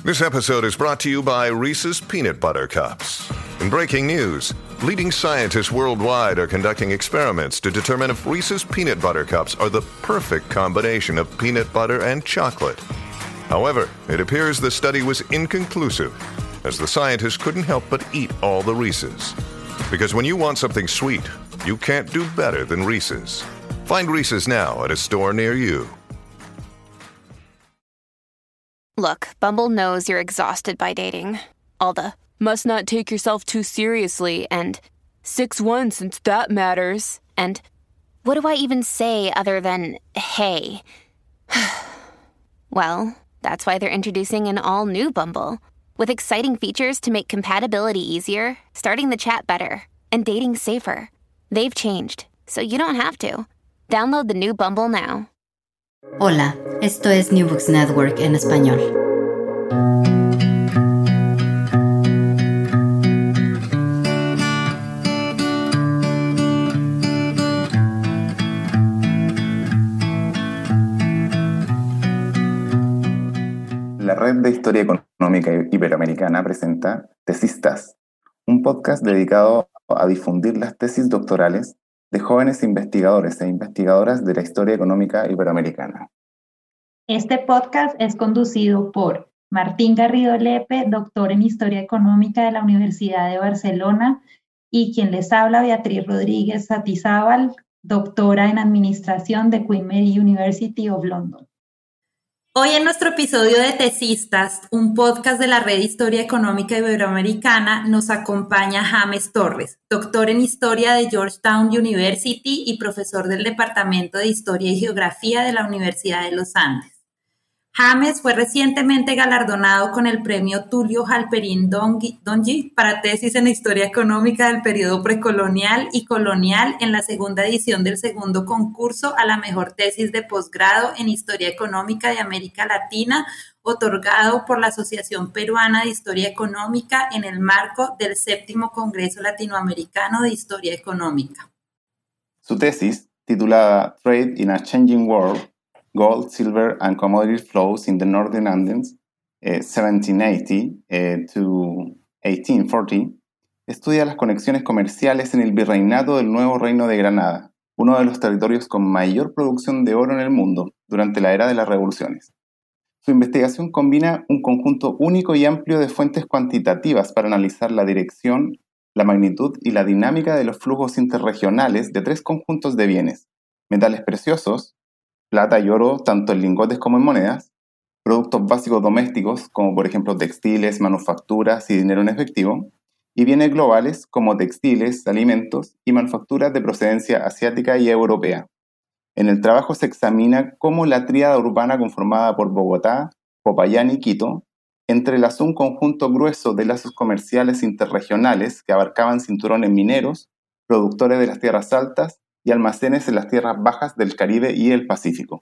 This episode is brought to you by Reese's Peanut Butter Cups. In breaking news, leading scientists worldwide are conducting experiments to determine if Reese's Peanut Butter Cups are the perfect combination of peanut butter and chocolate. However, it appears the study was inconclusive, as the scientists couldn't help but eat all the Reese's. Because when you want something sweet, you can't do better than Reese's. Find Reese's now at a store near you. Look, Bumble knows you're exhausted by dating. All the, must not take yourself too seriously, and 6'1" since that matters, and what do I even say other than, hey? Well, that's why they're introducing an all-new Bumble, with exciting features to make compatibility easier, starting the chat better, and dating safer. They've changed, so you don't have to. Download the new Bumble now. Hola, esto es New Books Network en español. La Red de Historia Económica Iberoamericana presenta Tesistas, un podcast dedicado a difundir las tesis doctorales de jóvenes investigadores e investigadoras de la historia económica iberoamericana. Este podcast es conducido por Martín Garrido Lepe, doctor en Historia Económica de la Universidad de Barcelona, y quien les habla, Beatriz Rodríguez Satizábal, doctora en Administración de Queen Mary University of London. Hoy en nuestro episodio de Tesistas, un podcast de la Red de Historia Económica Iberoamericana, nos acompaña James Torres, doctor en Historia de Georgetown University y profesor del Departamento de Historia y Geografía de la Universidad de los Andes. James fue recientemente galardonado con el premio Tulio Halperin Donji para tesis en Historia Económica del periodo precolonial y colonial en la segunda edición del segundo concurso a la mejor tesis de posgrado en Historia Económica de América Latina, otorgado por la Asociación Peruana de Historia Económica en el marco del 7º Congreso Latinoamericano de Historia Económica. Su tesis, titulada Trade in a Changing World, Gold, Silver, and Commodity Flows in the Northern Andes, 1780 to 1840, estudia las conexiones comerciales en el virreinato del Nuevo Reino de Granada, uno de los territorios con mayor producción de oro en el mundo durante la era de las revoluciones. Su investigación combina un conjunto único y amplio de fuentes cuantitativas para analizar la dirección, la magnitud y la dinámica de los flujos interregionales de tres conjuntos de bienes: metales preciosos, plata y oro tanto en lingotes como en monedas, productos básicos domésticos como por ejemplo textiles, manufacturas y dinero en efectivo, y bienes globales como textiles, alimentos y manufacturas de procedencia asiática y europea. En el trabajo se examina cómo la tríada urbana conformada por Bogotá, Popayán y Quito entrelazó un conjunto grueso de lazos comerciales interregionales que abarcaban cinturones mineros, productores de las tierras altas y almacenes en las tierras bajas del Caribe y el Pacífico.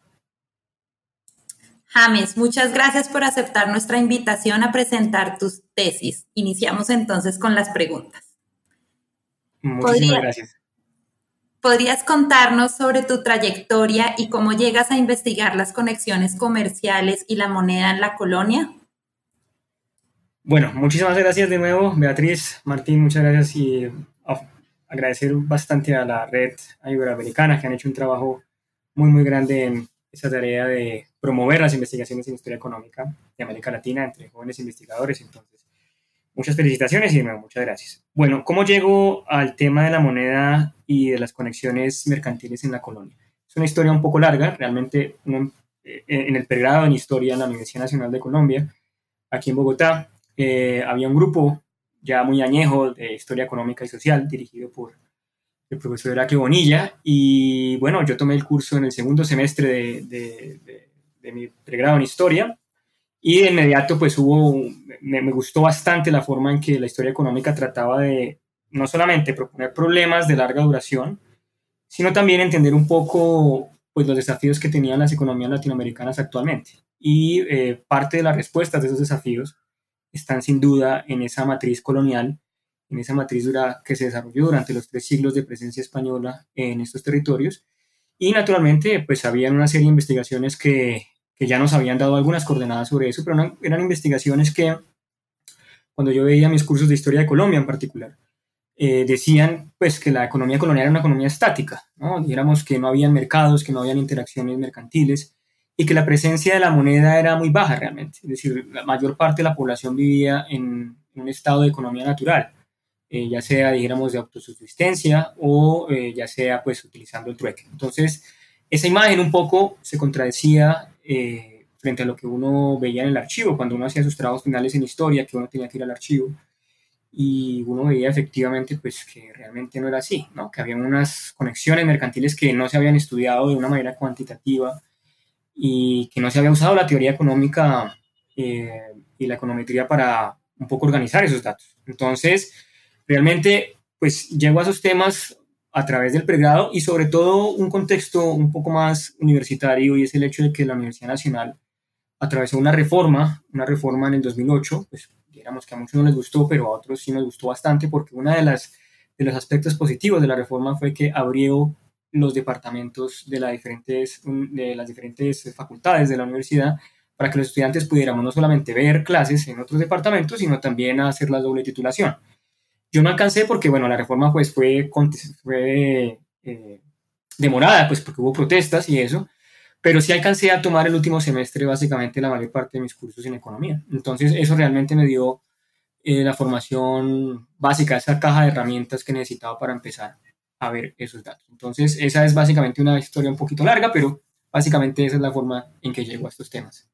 James, muchas gracias por aceptar nuestra invitación a presentar tus tesis. Iniciamos entonces con las preguntas. Muchísimas gracias. ¿Podrías contarnos sobre tu trayectoria y cómo llegas a investigar las conexiones comerciales y la moneda en la colonia? Bueno, muchísimas gracias de nuevo, Beatriz, Martín, muchas gracias, y agradecer bastante a la Red Iberoamericana, que han hecho un trabajo muy grande en esa tarea de promover las investigaciones en historia económica de América Latina entre jóvenes investigadores. Entonces, muchas felicitaciones y de nuevo, muchas gracias. Bueno, ¿cómo llego al tema de la moneda y de las conexiones mercantiles en la colonia? Es una historia un poco larga, realmente en el pregrado en Historia en la Universidad Nacional de Colombia, aquí en Bogotá, había un grupo ya muy añejo de Historia Económica y Social, dirigido por el profesor Heraclio Bonilla, y bueno, yo tomé el curso en el segundo semestre de mi pregrado en Historia, y de inmediato pues me gustó bastante la forma en que la historia económica trataba de no solamente proponer problemas de larga duración, sino también entender un poco pues los desafíos que tenían las economías latinoamericanas actualmente, y parte de las respuestas de esos desafíos están sin duda en esa matriz colonial, en esa matriz que se desarrolló durante los 3 siglos de presencia española en estos territorios. Y naturalmente pues había una serie de investigaciones que que ya nos habían dado algunas coordenadas sobre eso, pero eran investigaciones que, cuando yo veía mis cursos de historia de Colombia en particular, decían pues que la economía colonial era una economía estática, ¿no? Dijéramos que no habían mercados, que no habían interacciones mercantiles y que la presencia de la moneda era muy baja realmente. Es decir, la mayor parte de la población vivía en un estado de economía natural, ya sea, dijéramos, de autosubsistencia o ya sea pues utilizando el trueque. Entonces, esa imagen un poco se contradecía frente a lo que uno veía en el archivo, cuando uno hacía sus trabajos finales en historia, que uno tenía que ir al archivo, y uno veía efectivamente pues que realmente no era así, ¿no? Que había unas conexiones mercantiles que no se habían estudiado de una manera cuantitativa y que no se había usado la teoría económica y la econometría para un poco organizar esos datos. Entonces, realmente pues llego a esos temas a través del pregrado y sobre todo un contexto un poco más universitario, y es el hecho de que la Universidad Nacional atravesó una reforma en el 2008, pues digamos que a muchos no les gustó, pero a otros sí nos gustó bastante, porque uno de los aspectos positivos de la reforma fue que abrió los departamentos de las diferentes facultades de la universidad para que los estudiantes pudiéramos no solamente ver clases en otros departamentos, sino también hacer la doble titulación. Yo no alcancé porque, bueno, la reforma pues fue demorada, pues porque hubo protestas y eso, pero sí alcancé a tomar el último semestre básicamente la mayor parte de mis cursos en economía. Entonces eso realmente me dio la formación básica, esa caja de herramientas que necesitaba para empezar a ver esos datos. Entonces esa es básicamente una historia un poquito larga, pero básicamente esa es la forma en que llego a estos temas.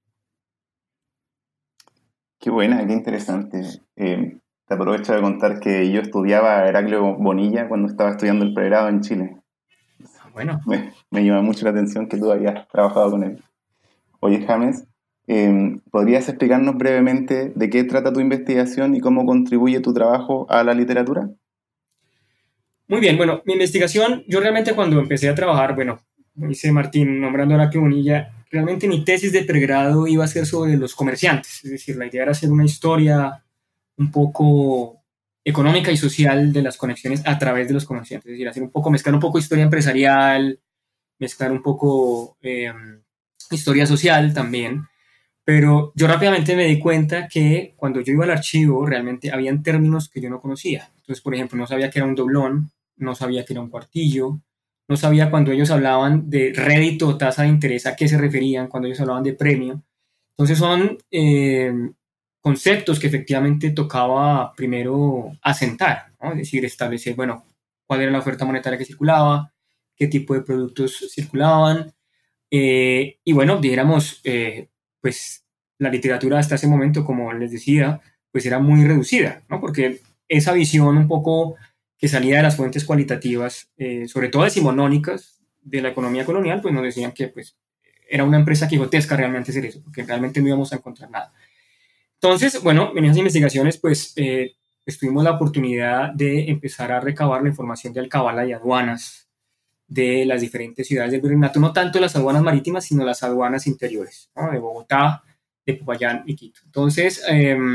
Qué buena, qué interesante. Te aprovecho de contar que yo estudiaba a Heraclio Bonilla cuando estaba estudiando el pregrado en Chile. Bueno. Me llama mucho la atención que tú hayas trabajado con él. Oye, James, ¿podrías explicarnos brevemente de qué trata tu investigación y cómo contribuye tu trabajo a la literatura? Muy bien, bueno, mi investigación, yo realmente cuando empecé a trabajar, bueno, como dice Martín, nombrando a Heraclio Bonilla, realmente mi tesis de pregrado iba a ser sobre los comerciantes, es decir, la idea era hacer una historia un poco económica y social de las conexiones a través de los comerciantes, es decir, mezclar un poco historia empresarial, mezclar un poco historia social también, pero yo rápidamente me di cuenta que cuando yo iba al archivo realmente habían términos que yo no conocía. Entonces, por ejemplo, no sabía que era un doblón, no sabía que era un cuartillo, no sabía cuando ellos hablaban de rédito o tasa de interés a qué se referían, cuando ellos hablaban de premio. Entonces son conceptos que efectivamente tocaba primero asentar, ¿no? Es decir, establecer, bueno, cuál era la oferta monetaria que circulaba, qué tipo de productos circulaban, y bueno, dijéramos, pues la literatura hasta ese momento, como les decía, pues era muy reducida, ¿no? Porque esa visión un poco que salía de las fuentes cualitativas, sobre todo decimonónicas de la economía colonial, pues nos decían que pues era una empresa quijotesca realmente hacer eso, porque realmente no íbamos a encontrar nada. Entonces, bueno, en esas investigaciones, pues tuvimos la oportunidad de empezar a recabar la información de alcabala y aduanas de las diferentes ciudades del virreinato, no tanto las aduanas marítimas, sino las aduanas interiores, ¿no? De Bogotá, de Popayán y Quito. Entonces,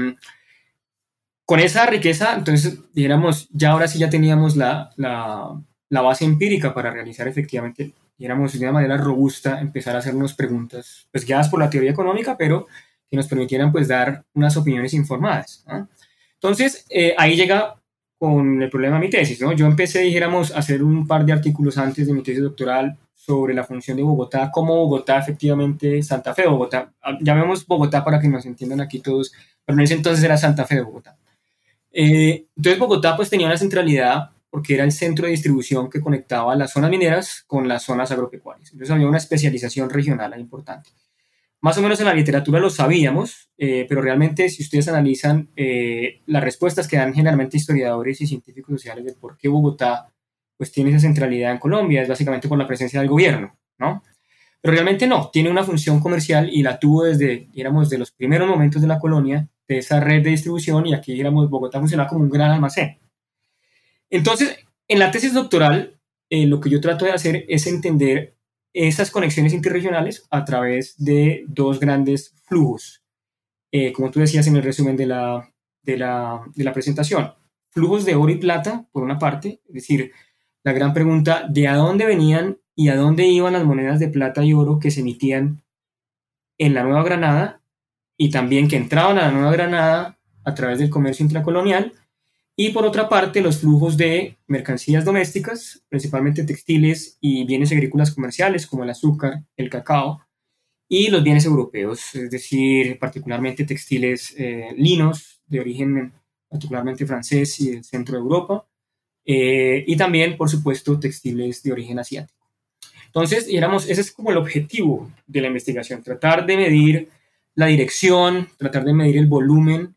con esa riqueza, entonces, dijéramos, ya ahora sí ya teníamos la base empírica para realizar efectivamente, dijéramos, de una manera robusta, empezar a hacernos preguntas, pues guiadas por la teoría económica, pero que nos permitieran pues dar unas opiniones informadas, ¿no? Entonces, ahí llega con el problema de mi tesis, ¿no? Yo empecé, dijéramos, a hacer un par de artículos antes de mi tesis doctoral sobre la función de Bogotá, como Bogotá, efectivamente, Santa Fe de Bogotá. Llamemos Bogotá para que nos entiendan aquí todos, pero en ese entonces era Santa Fe de Bogotá. Entonces Bogotá pues tenía una centralidad porque era el centro de distribución que conectaba las zonas mineras con las zonas agropecuarias. Entonces había una especialización regional importante. Más o menos en la literatura lo sabíamos, pero realmente si ustedes analizan las respuestas que dan generalmente historiadores y científicos sociales de por qué Bogotá pues tiene esa centralidad en Colombia, es básicamente por la presencia del gobierno, ¿no? Pero realmente no, tiene una función comercial y la tuvo desde, digamos, de los primeros momentos de la colonia, de esa red de distribución, y aquí, digamos, Bogotá funcionaba como un gran almacén. Entonces, en la tesis doctoral, lo que yo trato de hacer es entender esas conexiones interregionales a través de dos grandes flujos, como tú decías en el resumen de la presentación. Flujos de oro y plata, por una parte, es decir, la gran pregunta de a dónde venían y a dónde iban las monedas de plata y oro que se emitían en la Nueva Granada y también que entraban a la Nueva Granada a través del comercio intracolonial, y por otra parte los flujos de mercancías domésticas, principalmente textiles y bienes agrícolas comerciales como el azúcar, el cacao, y los bienes europeos, es decir, particularmente textiles linos de origen particularmente francés y del centro de Europa, y también, por supuesto, textiles de origen asiático. Entonces, digamos, ese es como el objetivo de la investigación, tratar de medir la dirección, tratar de medir el volumen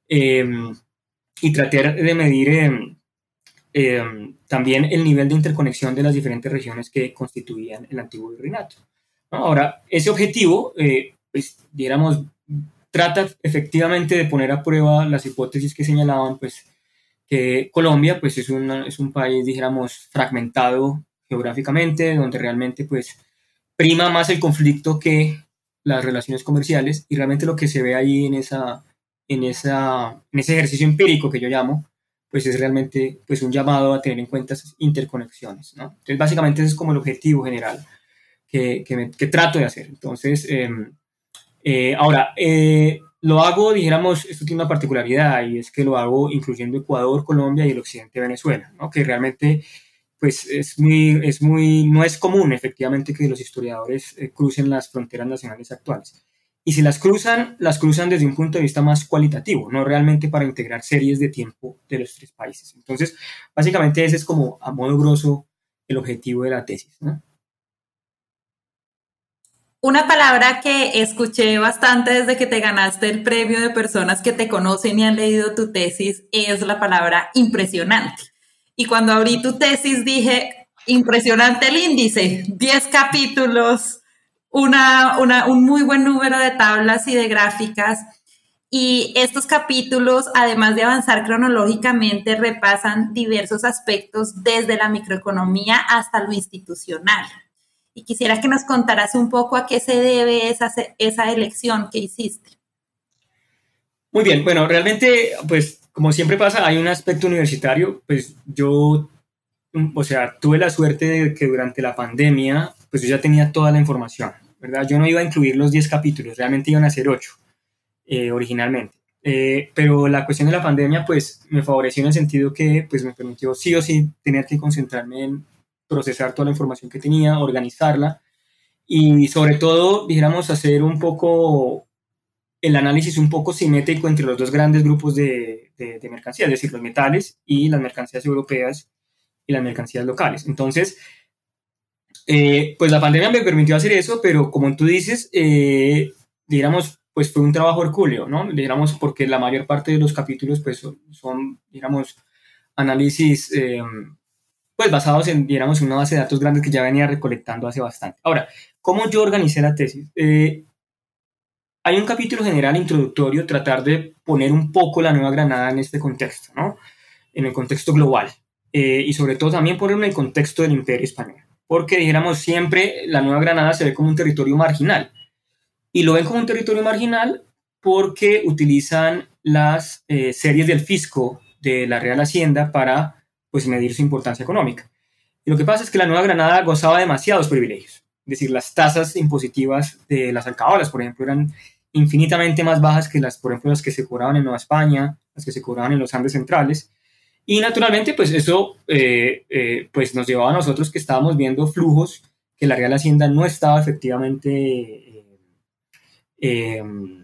y tratar de medir también el nivel de interconexión de las diferentes regiones que constituían el antiguo virreinato, ¿no? Ahora, ese objetivo, pues, digamos, trata efectivamente de poner a prueba las hipótesis que señalaban, pues, que Colombia, pues, es un país, dijéramos, fragmentado geográficamente, donde realmente, pues, prima más el conflicto que las relaciones comerciales, y realmente lo que se ve ahí en ese ejercicio empírico que yo llamo, pues es realmente, pues, un llamado a tener en cuenta esas interconexiones, ¿no? Entonces, básicamente ese es como el objetivo general que trato de hacer. Entonces, ahora, lo hago, dijéramos, esto tiene una particularidad, y es que lo hago incluyendo Ecuador, Colombia y el occidente de Venezuela, ¿no? Que realmente, pues, no es común, efectivamente, que los historiadores crucen las fronteras nacionales actuales. Y si las cruzan desde un punto de vista más cualitativo, no realmente para integrar series de tiempo de los tres países. Entonces, básicamente ese es como, a modo grosso, el objetivo de la tesis, ¿no? Una palabra que escuché bastante desde que te ganaste el premio de personas que te conocen y han leído tu tesis es la palabra impresionante. Y cuando abrí tu tesis dije, impresionante el índice, 10 capítulos, un muy buen número de tablas y de gráficas. Y estos capítulos, además de avanzar cronológicamente, repasan diversos aspectos desde la microeconomía hasta lo institucional. Y quisiera que nos contaras un poco a qué se debe esa elección que hiciste. Muy bien, bueno, realmente, pues, como siempre pasa, hay un aspecto universitario. Pues yo, o sea, tuve la suerte de que durante la pandemia, pues yo ya tenía toda la información, ¿verdad? Yo no iba a incluir los 10 capítulos, realmente iban a ser 8 originalmente. Pero la cuestión de la pandemia, pues, me favoreció en el sentido que, pues, me permitió sí o sí tener que concentrarme en procesar toda la información que tenía, organizarla y sobre todo, dijéramos, hacer un poco el análisis un poco simétrico entre los dos grandes grupos de mercancías, es decir, los metales y las mercancías europeas y las mercancías locales. Entonces, pues la pandemia me permitió hacer eso, pero como tú dices, digamos, pues fue un trabajo hercúleo, ¿no? Digamos, porque la mayor parte de los capítulos pues son digamos, análisis pues basados en, digamos, una base de datos grande que ya venía recolectando hace bastante. Ahora, ¿cómo yo organicé la tesis? Hay un capítulo general introductorio, tratar de poner un poco la Nueva Granada en este contexto, ¿no? En el contexto global, y sobre todo también ponerlo en el contexto del Imperio Español, porque, dijéramos, siempre la Nueva Granada se ve como un territorio marginal, y lo ven como un territorio marginal porque utilizan las series del fisco de la Real Hacienda para, pues, medir su importancia económica. Y lo que pasa es que la Nueva Granada gozaba de demasiados privilegios. Es decir, las tasas impositivas de las alcahoras, por ejemplo, eran infinitamente más bajas que las, por ejemplo, las que se cobraban en Nueva España, las que se cobraban en los Andes centrales. Y naturalmente, pues eso pues nos llevaba a nosotros que estábamos viendo flujos que la Real Hacienda no estaba efectivamente, que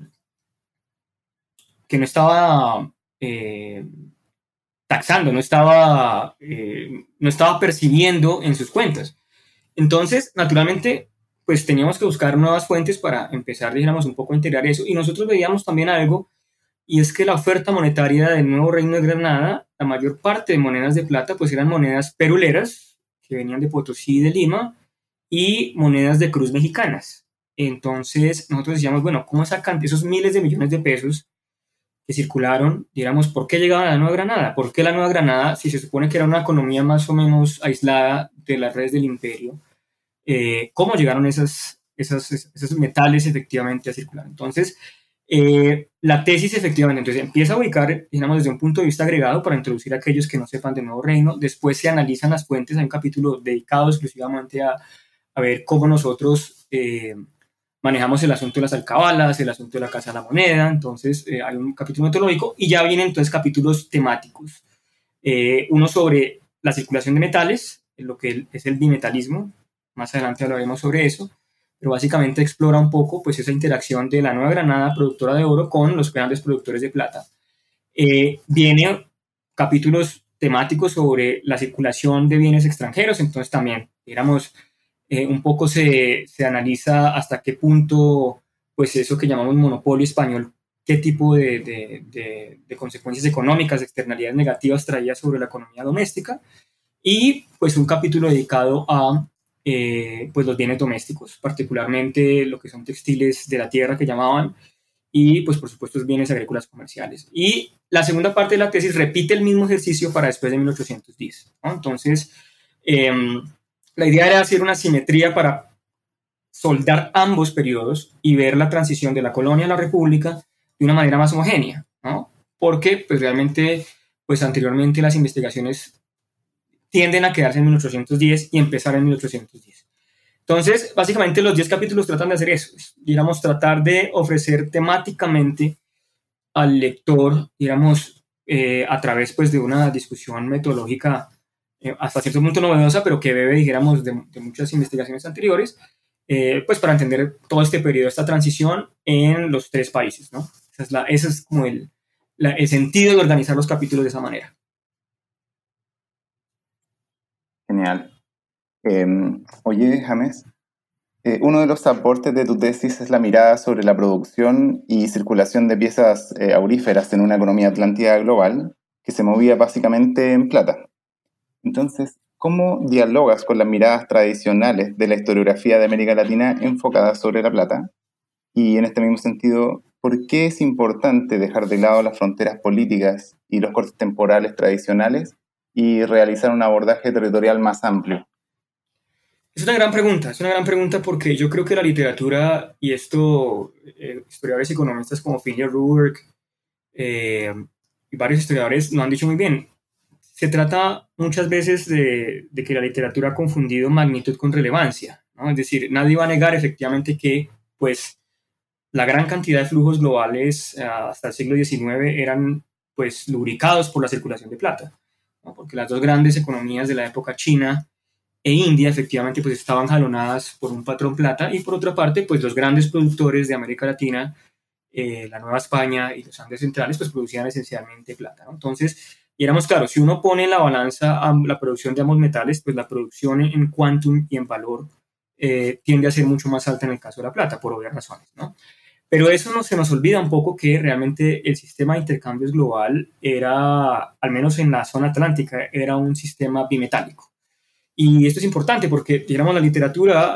no estaba taxando, no estaba percibiendo en sus cuentas. Entonces, naturalmente, pues teníamos que buscar nuevas fuentes para empezar, digamos, un poco a integrar eso. Y nosotros veíamos también algo, y es que la oferta monetaria del nuevo Reino de Granada, la mayor parte de monedas de plata, pues eran monedas peruleras, que venían de Potosí y de Lima, y monedas de cruz mexicanas. Entonces, nosotros decíamos, bueno, ¿cómo sacan esos miles de millones de pesos que circularon, digamos, por qué llegaban a la Nueva Granada? ¿Por qué la Nueva Granada, si se supone que era una economía más o menos aislada de las redes del imperio, cómo llegaron esos metales efectivamente a circular? Entonces, la tesis efectivamente entonces empieza a ubicar, digamos, desde un punto de vista agregado para introducir a aquellos que no sepan del Nuevo Reino. Después se analizan las fuentes, hay un capítulo dedicado exclusivamente a ver cómo nosotros manejamos el asunto de las alcabalas, el asunto de la Casa de la Moneda, entonces hay un capítulo metodológico y ya vienen entonces capítulos temáticos. Uno sobre la circulación de metales, lo que es el bimetalismo, más adelante hablaremos sobre eso, pero básicamente explora un poco pues, esa interacción de la Nueva Granada, productora de oro, con los grandes productores de plata. Vienen capítulos temáticos sobre la circulación de bienes extranjeros, entonces también, digamos, un poco se analiza hasta qué punto, pues eso que llamamos monopolio español, qué tipo de consecuencias económicas, externalidades negativas traía sobre la economía doméstica, y pues un capítulo dedicado a pues los bienes domésticos, particularmente lo que son textiles de la tierra que llamaban, y pues por supuesto los bienes agrícolas comerciales. Y la segunda parte de la tesis repite el mismo ejercicio para después de 1810, ¿no? Entonces, la idea era hacer una simetría para soldar ambos periodos y ver la transición de la colonia a la república de una manera más homogénea, ¿no? Porque pues realmente, pues anteriormente las investigaciones tienden a quedarse en 1810 y empezar en 1810. Entonces, básicamente los 10 capítulos tratan de hacer eso, digamos, tratar de ofrecer temáticamente al lector, digamos, a través pues, de una discusión metodológica hasta cierto punto novedosa, pero que bebe, dijéramos, de muchas investigaciones anteriores, pues para entender todo este periodo, esta transición en los 3 países, ¿no? Ese es como el sentido de organizar los capítulos de esa manera. Genial. Oye, James, uno de los aportes de tu tesis es la mirada sobre la producción y circulación de piezas auríferas en una economía atlántica global que se movía básicamente en plata. Entonces, ¿cómo dialogas con las miradas tradicionales de la historiografía de América Latina enfocada sobre la plata? Y en este mismo sentido, ¿por qué es importante dejar de lado las fronteras políticas y los cortes temporales tradicionales y realizar un abordaje territorial más amplio? Es una gran pregunta porque yo creo que la literatura, y esto, historiadores y economistas como Philip Rourke y varios historiadores lo han dicho muy bien, se trata muchas veces de que la literatura ha confundido magnitud con relevancia, ¿no? Es decir, nadie va a negar efectivamente que pues, la gran cantidad de flujos globales hasta el siglo XIX eran pues, lubricados por la circulación de plata, ¿no? Porque las dos grandes economías de la época, China e India, efectivamente pues estaban jalonadas por un patrón plata, y por otra parte pues los grandes productores de América Latina, la Nueva España y los Andes centrales pues producían esencialmente plata, ¿no? Entonces, y éramos claros, si uno pone en la balanza la producción de ambos metales, pues la producción en quantum y en valor tiende a ser mucho más alta en el caso de la plata, por obvias razones, ¿no? Pero eso no se nos olvida un poco que realmente el sistema de intercambios global era, al menos en la zona atlántica, era un sistema bimetálico. Y esto es importante porque, digamos, la literatura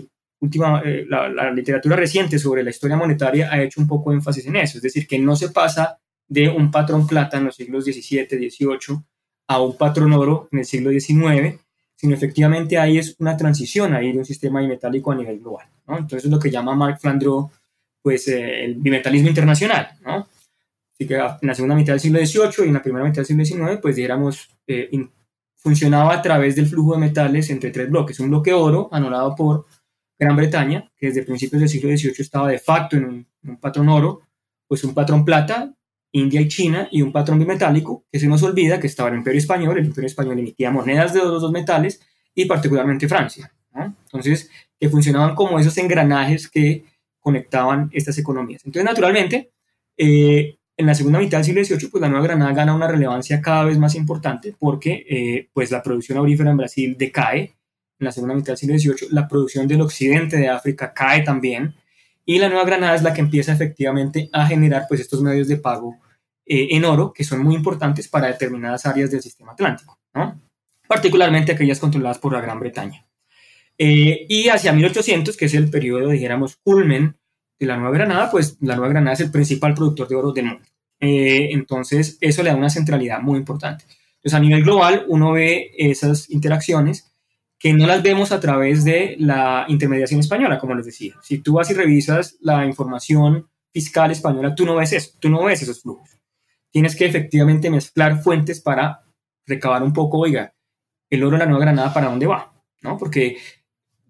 la literatura reciente sobre la historia monetaria ha hecho un poco énfasis en eso, es decir, que no se pasa de un patrón plata en los siglos XVII, XVIII a un patrón oro en el siglo XIX, sino efectivamente ahí es una transición ahí de un sistema bimetálico a nivel global, ¿no? Entonces es lo que llama Marc Flandreau pues, el bimetalismo internacional, ¿no? Así que en la segunda mitad del siglo XVIII y en la primera mitad del siglo XIX, pues dijéramos, funcionaba a través del flujo de metales entre 3 bloques. Un bloque oro, anulado por Gran Bretaña, que desde principios del siglo XVIII estaba de facto en un patrón oro, pues un patrón plata, India y China, y un patrón bimetálico, que se nos olvida que estaba el Imperio Español. El Imperio Español emitía monedas de los 2 metales, y particularmente Francia, ¿no? Entonces, que funcionaban como esos engranajes que conectaban estas economías. Entonces, naturalmente, en la segunda mitad del siglo XVIII, pues la Nueva Granada gana una relevancia cada vez más importante porque pues la producción aurífera en Brasil decae en la segunda mitad del siglo XVIII, la producción del occidente de África cae también, y la Nueva Granada es la que empieza efectivamente a generar pues estos medios de pago en oro que son muy importantes para determinadas áreas del sistema atlántico, ¿no? Particularmente aquellas controladas por la Gran Bretaña. Y hacia 1800, que es el periodo, dijéramos, culmen de la Nueva Granada, pues la Nueva Granada es el principal productor de oro del mundo. Entonces, eso le da una centralidad muy importante. Entonces, a nivel global, uno ve esas interacciones que no las vemos a través de la intermediación española, como les decía. Si tú vas y revisas la información fiscal española, tú no ves eso, tú no ves esos flujos. Tienes que efectivamente mezclar fuentes para recabar un poco, oiga, el oro de la Nueva Granada, ¿para dónde va? ¿No? Porque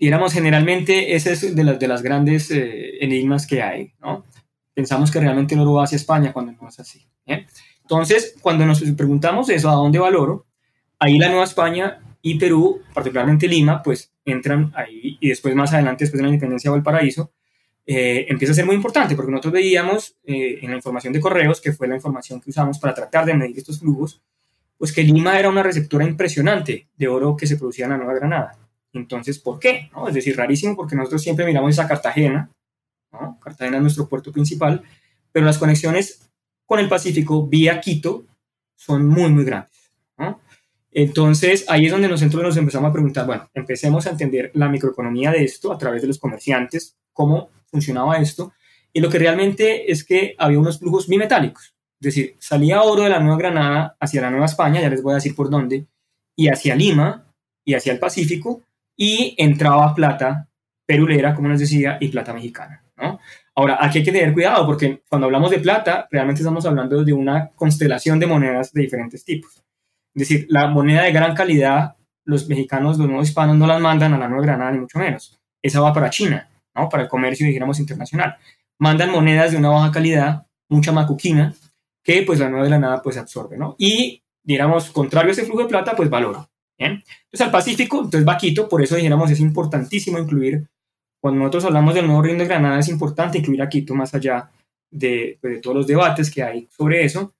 Digamos, generalmente ese es de las grandes enigmas que hay, ¿no? Pensamos que realmente el oro va hacia España cuando no es así. ¿Bien? Entonces, cuando nos preguntamos eso, ¿a dónde va el oro? Ahí la Nueva España y Perú, particularmente Lima, pues entran ahí, y después más adelante, después de la independencia de Valparaíso, empieza a ser muy importante, porque nosotros veíamos en la información de correos, que fue la información que usamos para tratar de medir estos flujos, pues que Lima era una receptora impresionante de oro que se producía en la Nueva Granada. Entonces, ¿por qué? ¿No? Es decir, rarísimo, porque nosotros siempre miramos a Cartagena, ¿no? Cartagena es nuestro puerto principal, pero las conexiones con el Pacífico vía Quito son muy, muy grandes, ¿no? Entonces, ahí es donde nosotros nos empezamos a preguntar, bueno, empecemos a entender la microeconomía de esto a través de los comerciantes, cómo funcionaba esto, y lo que realmente es que había unos flujos bimetálicos, es decir, salía oro de la Nueva Granada hacia la Nueva España, ya les voy a decir por dónde, y hacia Lima, y hacia el Pacífico, y entraba plata perulera, como les decía, y plata mexicana, ¿no? Ahora, aquí hay que tener cuidado, porque cuando hablamos de plata, realmente estamos hablando de una constelación de monedas de diferentes tipos. Es decir, la moneda de gran calidad, los mexicanos, los nuevos hispanos, no las mandan a la Nueva Granada, ni mucho menos. Esa va para China, ¿no? Para el comercio, dijéramos, internacional. Mandan monedas de una baja calidad, mucha macuquina, que pues la Nueva Granada pues absorbe, ¿no? Y, digamos, contrario a ese flujo de plata, pues valora. ¿Bien? Entonces, al Pacífico, entonces va Quito, por eso dijéramos, es importantísimo incluir, cuando nosotros hablamos del nuevo reino de Granada, es importante incluir a Quito más allá de todos los debates que hay sobre eso.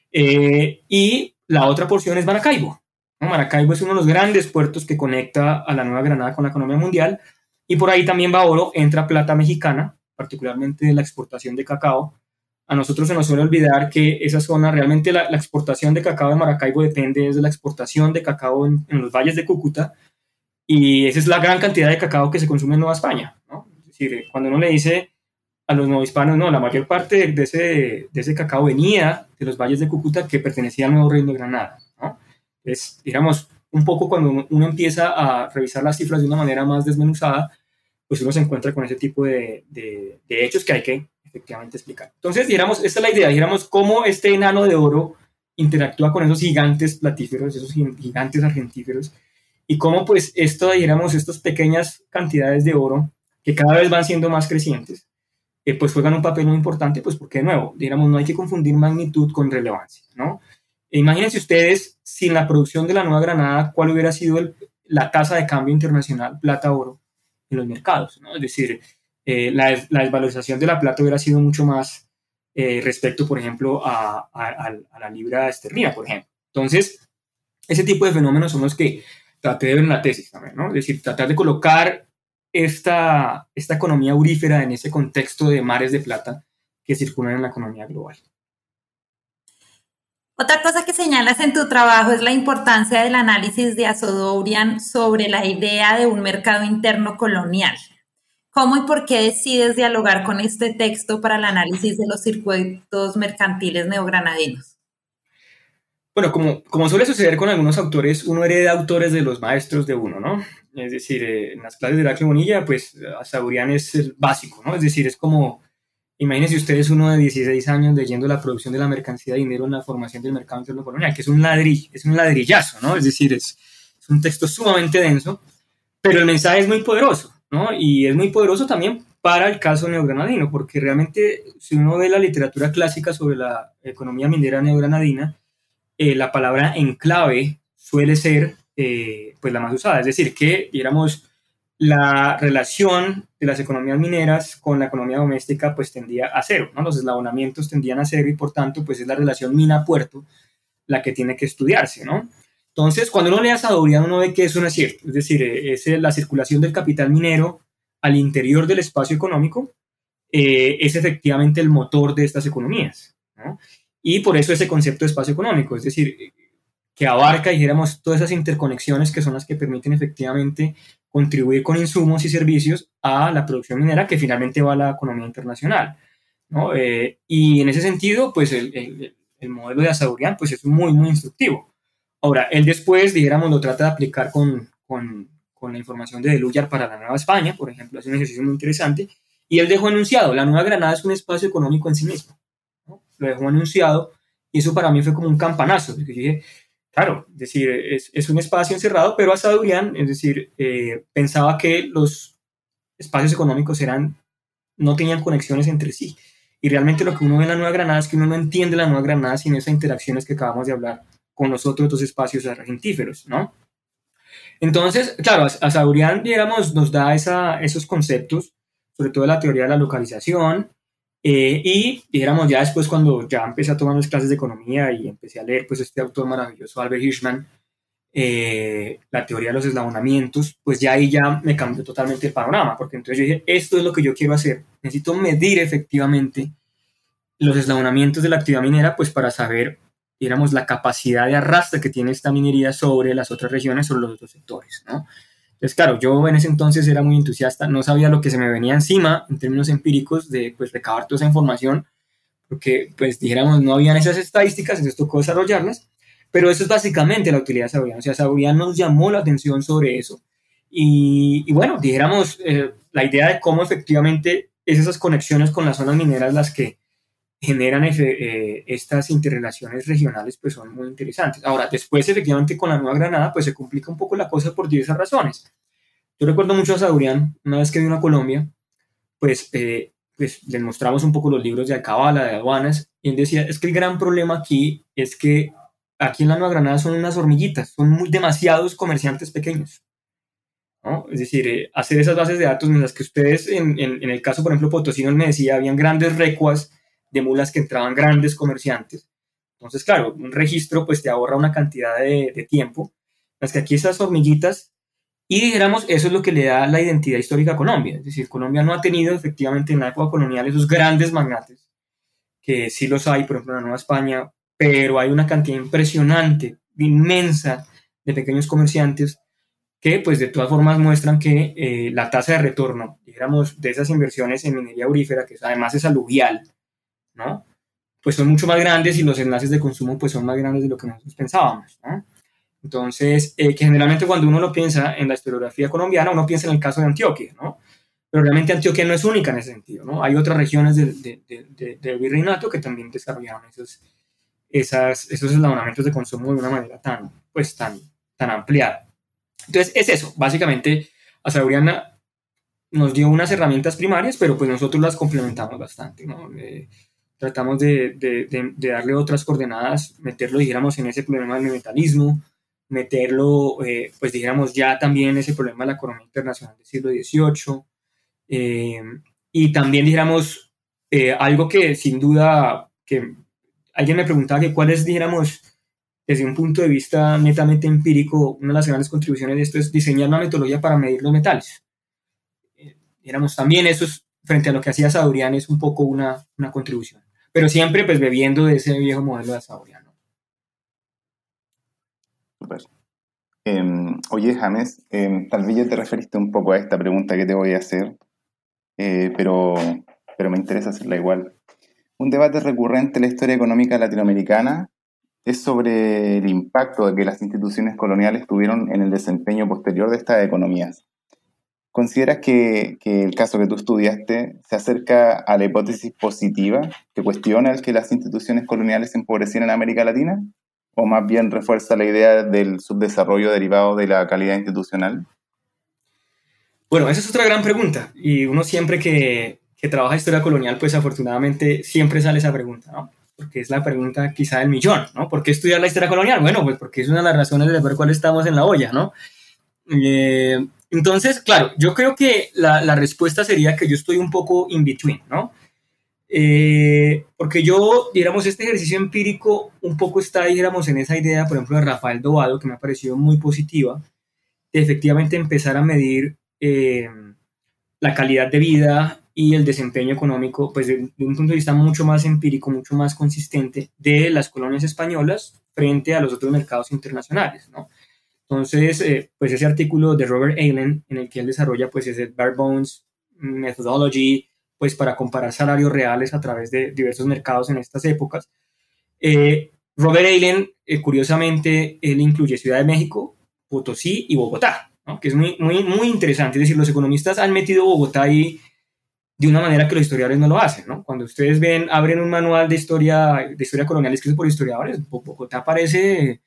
Y la otra porción es Maracaibo, ¿no? Maracaibo es uno de los grandes puertos que conecta a la Nueva Granada con la economía mundial, y por ahí también va oro, entra plata mexicana, particularmente la exportación de cacao. A nosotros se nos suele olvidar que esa zona, realmente la exportación de cacao de Maracaibo depende de la exportación de cacao en los valles de Cúcuta, y esa es la gran cantidad de cacao que se consume en Nueva España, ¿no? Es decir, cuando uno le dice a los novohispanos, no, la mayor parte de ese cacao venía de los valles de Cúcuta que pertenecían al nuevo reino de Granada, ¿no? Es, digamos, un poco cuando uno empieza a revisar las cifras de una manera más desmenuzada, pues uno se encuentra con ese tipo de hechos que hay que efectivamente explicar. Entonces, dijéramos, esta es la idea, dijéramos, cómo este enano de oro interactúa con esos gigantes platíferos, esos gigantes argentíferos, y cómo, pues, dijéramos, estas pequeñas cantidades de oro, que cada vez van siendo más crecientes, pues juegan un papel muy importante, pues porque, de nuevo, digamos, no hay que confundir magnitud con relevancia, ¿no? Imagínense ustedes, sin la producción de la Nueva Granada, cuál hubiera sido la tasa de cambio internacional plata-oro en los mercados, ¿no? Es decir, la desvalorización de la plata hubiera sido mucho más respecto, por ejemplo, a la libra esterlina, por ejemplo. Entonces, ese tipo de fenómenos son los que traté de ver en la tesis también, ¿no? Es decir, tratar de colocar esta economía aurífera en ese contexto de mares de plata que circulan en la economía global. Otra cosa que señalas en tu trabajo es la importancia del análisis de Azodourian sobre la idea de un mercado interno colonial. ¿Cómo y por qué decides dialogar con este texto para el análisis de los circuitos mercantiles neogranadinos? Bueno, como suele suceder con algunos autores, uno hereda autores de los maestros de uno, ¿no? Es decir, en las clases de Heraclio Bonilla, pues Azodourian es el básico, ¿no? Es decir, es como, imagínense ustedes uno de 16 años leyendo la producción de la mercancía de dinero en la formación del mercado interno colonial, que es un ladrillazo, ¿no? Es decir, es un texto sumamente denso, pero el mensaje es muy poderoso, ¿no? Y es muy poderoso también para el caso neogranadino, porque realmente si uno ve la literatura clásica sobre la economía minera neogranadina, la palabra enclave suele ser pues la más usada, es decir, que digamos la relación de las economías mineras con la economía doméstica pues tendía a cero, ¿no? Los eslabonamientos tendían a cero y por tanto pues es la relación mina-puerto la que tiene que estudiarse, ¿no? Entonces cuando uno lee a Azodourian uno ve que eso no es cierto, es decir, es la circulación del capital minero al interior del espacio económico es efectivamente el motor de estas economías, ¿no? Y por eso ese concepto de espacio económico, es decir, que abarca, dijéramos, todas esas interconexiones que son las que permiten efectivamente contribuir con insumos y servicios a la producción minera que finalmente va a la economía internacional, ¿no? Y en ese sentido, pues el modelo de Azodourian pues es muy, muy instructivo. Ahora, él después, dijéramos, lo trata de aplicar con la información de Deluyar para la Nueva España, por ejemplo, es un ejercicio muy interesante, y él dejó enunciado, la Nueva Granada es un espacio económico en sí mismo, ¿no? Lo dejó enunciado, y eso para mí fue como un campanazo, porque yo dije, claro, es decir, es un espacio encerrado, pero Asadurian, es decir, pensaba que los espacios económicos no tenían conexiones entre sí. Y realmente lo que uno ve en la Nueva Granada es que uno no entiende la Nueva Granada sin esas interacciones que acabamos de hablar con los otros dos espacios argentíferos, ¿no? Entonces, claro, Asadurian, digamos, nos da esos conceptos, sobre todo la teoría de la localización, y dijéramos ya después cuando ya empecé a tomar mis clases de economía y empecé a leer pues este autor maravilloso, Albert Hirschman, la teoría de los eslabonamientos, pues ya ahí ya me cambió totalmente el panorama, porque entonces yo dije, esto es lo que yo quiero hacer, necesito medir efectivamente los eslabonamientos de la actividad minera, pues para saber, digamos, la capacidad de arrastre que tiene esta minería sobre las otras regiones, sobre los otros sectores, ¿no? Entonces, claro, yo en ese entonces era muy entusiasta, no sabía lo que se me venía encima en términos empíricos de pues recabar toda esa información, porque pues dijéramos no habían esas estadísticas, entonces tocó desarrollarlas, pero eso es básicamente la utilidad de Asadurian, o sea, Asadurian nos llamó la atención sobre eso, y bueno, dijéramos, la idea de cómo efectivamente es esas conexiones con las zonas mineras las que generan estas interrelaciones regionales, pues son muy interesantes. Ahora, después, efectivamente, con la Nueva Granada, pues se complica un poco la cosa por diversas razones. Yo recuerdo mucho a Asadurian, una vez que vino a Colombia, pues les mostramos un poco los libros de Alcabala, de aduanas, y él decía, es que el gran problema aquí es que aquí en la Nueva Granada son unas hormiguitas, son demasiados comerciantes pequeños, ¿no? Es decir, hacer esas bases de datos, mientras que ustedes, en el caso, por ejemplo, Potosino, él me decía, habían grandes recuas de mulas que entraban grandes comerciantes. Entonces, claro, un registro pues te ahorra una cantidad de tiempo. Es que aquí esas hormiguitas, y dijéramos, eso es lo que le da la identidad histórica a Colombia. Es decir, Colombia no ha tenido efectivamente en la época colonial esos grandes magnates, que sí los hay, por ejemplo, en la Nueva España, pero hay una cantidad impresionante, inmensa, de pequeños comerciantes que pues de todas formas muestran que la tasa de retorno, dijéramos, de esas inversiones en minería aurífera, que además es aluvial, ¿no? Pues son mucho más grandes y los enlaces de consumo pues son más grandes de lo que nosotros pensábamos, ¿no? Entonces, que generalmente cuando uno lo piensa en la historiografía colombiana, uno piensa en el caso de Antioquia, ¿no? Pero realmente Antioquia no es única en ese sentido, ¿no? Hay otras regiones del virreinato que también desarrollaron esos eslabonamientos de consumo de una manera tan ampliada. Entonces, es eso, básicamente, Asadurian nos dio unas herramientas primarias, pero pues nosotros las complementamos bastante, ¿no? Tratamos de darle otras coordenadas, meterlo, dijéramos, en ese problema del metalismo, meterlo, pues dijéramos, ya también en ese problema de la economía internacional del siglo XVIII, y también, dijéramos, algo que sin duda, que alguien me preguntaba que cuál es, dijéramos, desde un punto de vista netamente empírico, una de las grandes contribuciones de esto es diseñar una metodología para medir los metales. Digamos, también eso es, frente a lo que hacía Asadurian, es un poco una contribución. Pero siempre pues bebiendo de ese viejo modelo de Asadurian, ¿no? Super. Oye, James, tal vez ya te referiste un poco a esta pregunta que te voy a hacer, pero me interesa hacerla igual. Un debate recurrente en la historia económica latinoamericana es sobre el impacto que las instituciones coloniales tuvieron en el desempeño posterior de estas economías. ¿Consideras que el caso que tú estudiaste se acerca a la hipótesis positiva que cuestiona el que las instituciones coloniales empobrecieran a América Latina? ¿O más bien refuerza la idea del subdesarrollo derivado de la calidad institucional? Bueno, esa es otra gran pregunta. Y uno siempre que trabaja historia colonial, pues afortunadamente siempre sale esa pregunta, ¿no? Porque es la pregunta quizá del millón, ¿no? ¿Por qué estudiar la historia colonial? Bueno, pues porque es una de las razones de por cuál estamos en la olla, ¿no? Entonces, claro, yo creo que la respuesta sería que yo estoy un poco in between, ¿no? Porque yo, digamos, este ejercicio empírico un poco está, digamos, en esa idea, por ejemplo, de Rafael Dovado, que me ha parecido muy positiva, de efectivamente empezar a medir la calidad de vida y el desempeño económico, pues de un punto de vista mucho más empírico, mucho más consistente de las colonias españolas frente a los otros mercados internacionales, ¿no? Entonces, pues ese artículo de Robert Allen, en el que él desarrolla pues ese bare bones methodology, pues para comparar salarios reales a través de diversos mercados en estas épocas. Robert Allen, curiosamente, él incluye Ciudad de México, Potosí y Bogotá, ¿no? Que es muy, muy, muy interesante. Es decir, los economistas han metido Bogotá ahí de una manera que los historiadores no lo hacen, ¿no? Cuando ustedes abren un manual de historia colonial escrito por historiadores, Bogotá aparece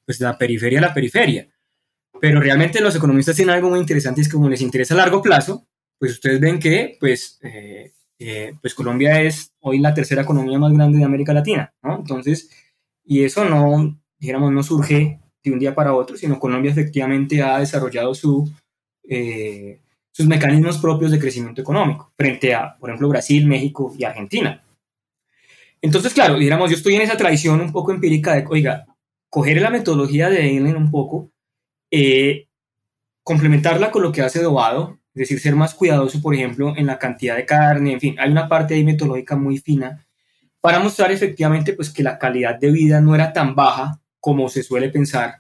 pues, la periferia a la periferia. Pero realmente los economistas tienen algo muy interesante, es que como les interesa a largo plazo, pues ustedes ven que pues Colombia es hoy la tercera economía más grande de América Latina, ¿no? Entonces, y eso no, dijéramos, no surge de un día para otro, sino Colombia efectivamente ha desarrollado sus mecanismos propios de crecimiento económico frente a, por ejemplo, Brasil, México y Argentina. Entonces, claro, digamos, yo estoy en esa tradición un poco empírica de, oiga, coger la metodología de Heinlein un poco, complementarla con lo que hace Dovado, es decir, ser más cuidadoso, por ejemplo, en la cantidad de carne, en fin, hay una parte ahí metodológica muy fina para mostrar efectivamente pues, que la calidad de vida no era tan baja como se suele pensar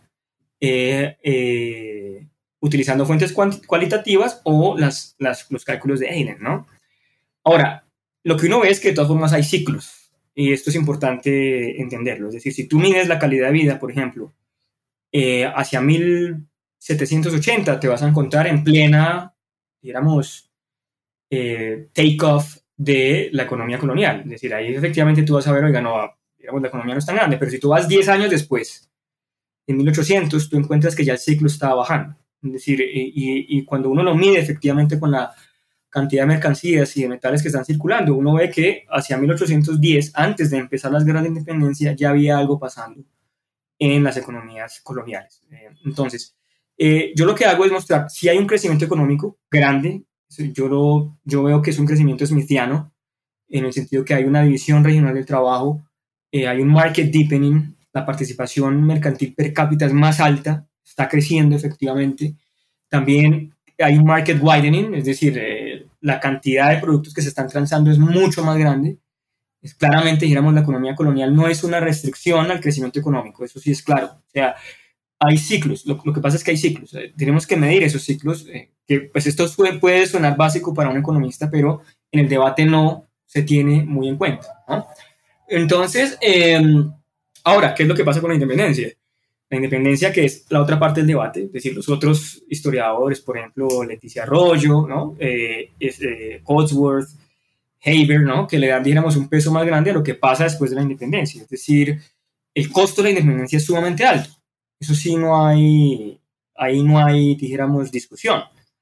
utilizando fuentes cualitativas o los cálculos de Heinlein, ¿no? Ahora, lo que uno ve es que de todas formas hay ciclos, y esto es importante entenderlo, es decir, si tú mides la calidad de vida, por ejemplo, hacia 1780 te vas a encontrar en plena, digamos, take-off de la economía colonial. Es decir, ahí efectivamente tú vas a ver, oiga, no, digamos, la economía no es tan grande, pero si tú vas 10 años después, en 1800, tú encuentras que ya el ciclo estaba bajando. Es decir, y cuando uno lo mide efectivamente con la cantidad de mercancías y de metales que están circulando, uno ve que hacia 1810, antes de empezar las guerras de independencia, ya había algo pasando en las economías coloniales. Entonces, yo lo que hago es mostrar si hay un crecimiento económico grande. Yo veo que es un crecimiento smithiano, en el sentido que hay una división regional del trabajo, hay un market deepening, la participación mercantil per cápita es más alta, está creciendo efectivamente. También hay un market widening, es decir, la cantidad de productos que se están transando es mucho más grande. Es claramente, digamos, la economía colonial no es una restricción al crecimiento económico, eso sí es claro. O sea, hay ciclos, lo que pasa es que hay ciclos, tenemos que medir esos ciclos, que pues esto puede sonar básico para un economista, pero en el debate no se tiene muy en cuenta, ¿no? Entonces, ahora, ¿qué es lo que pasa con la independencia? La independencia, que es la otra parte del debate, es decir, los otros historiadores, por ejemplo, Leticia Arroyo, ¿no? Cotsworth, Haber, ¿no? Que le dan, digamos, un peso más grande a lo que pasa después de la independencia. Es decir, el costo de la independencia es sumamente alto. Eso sí, ahí no hay, dijéramos, discusión.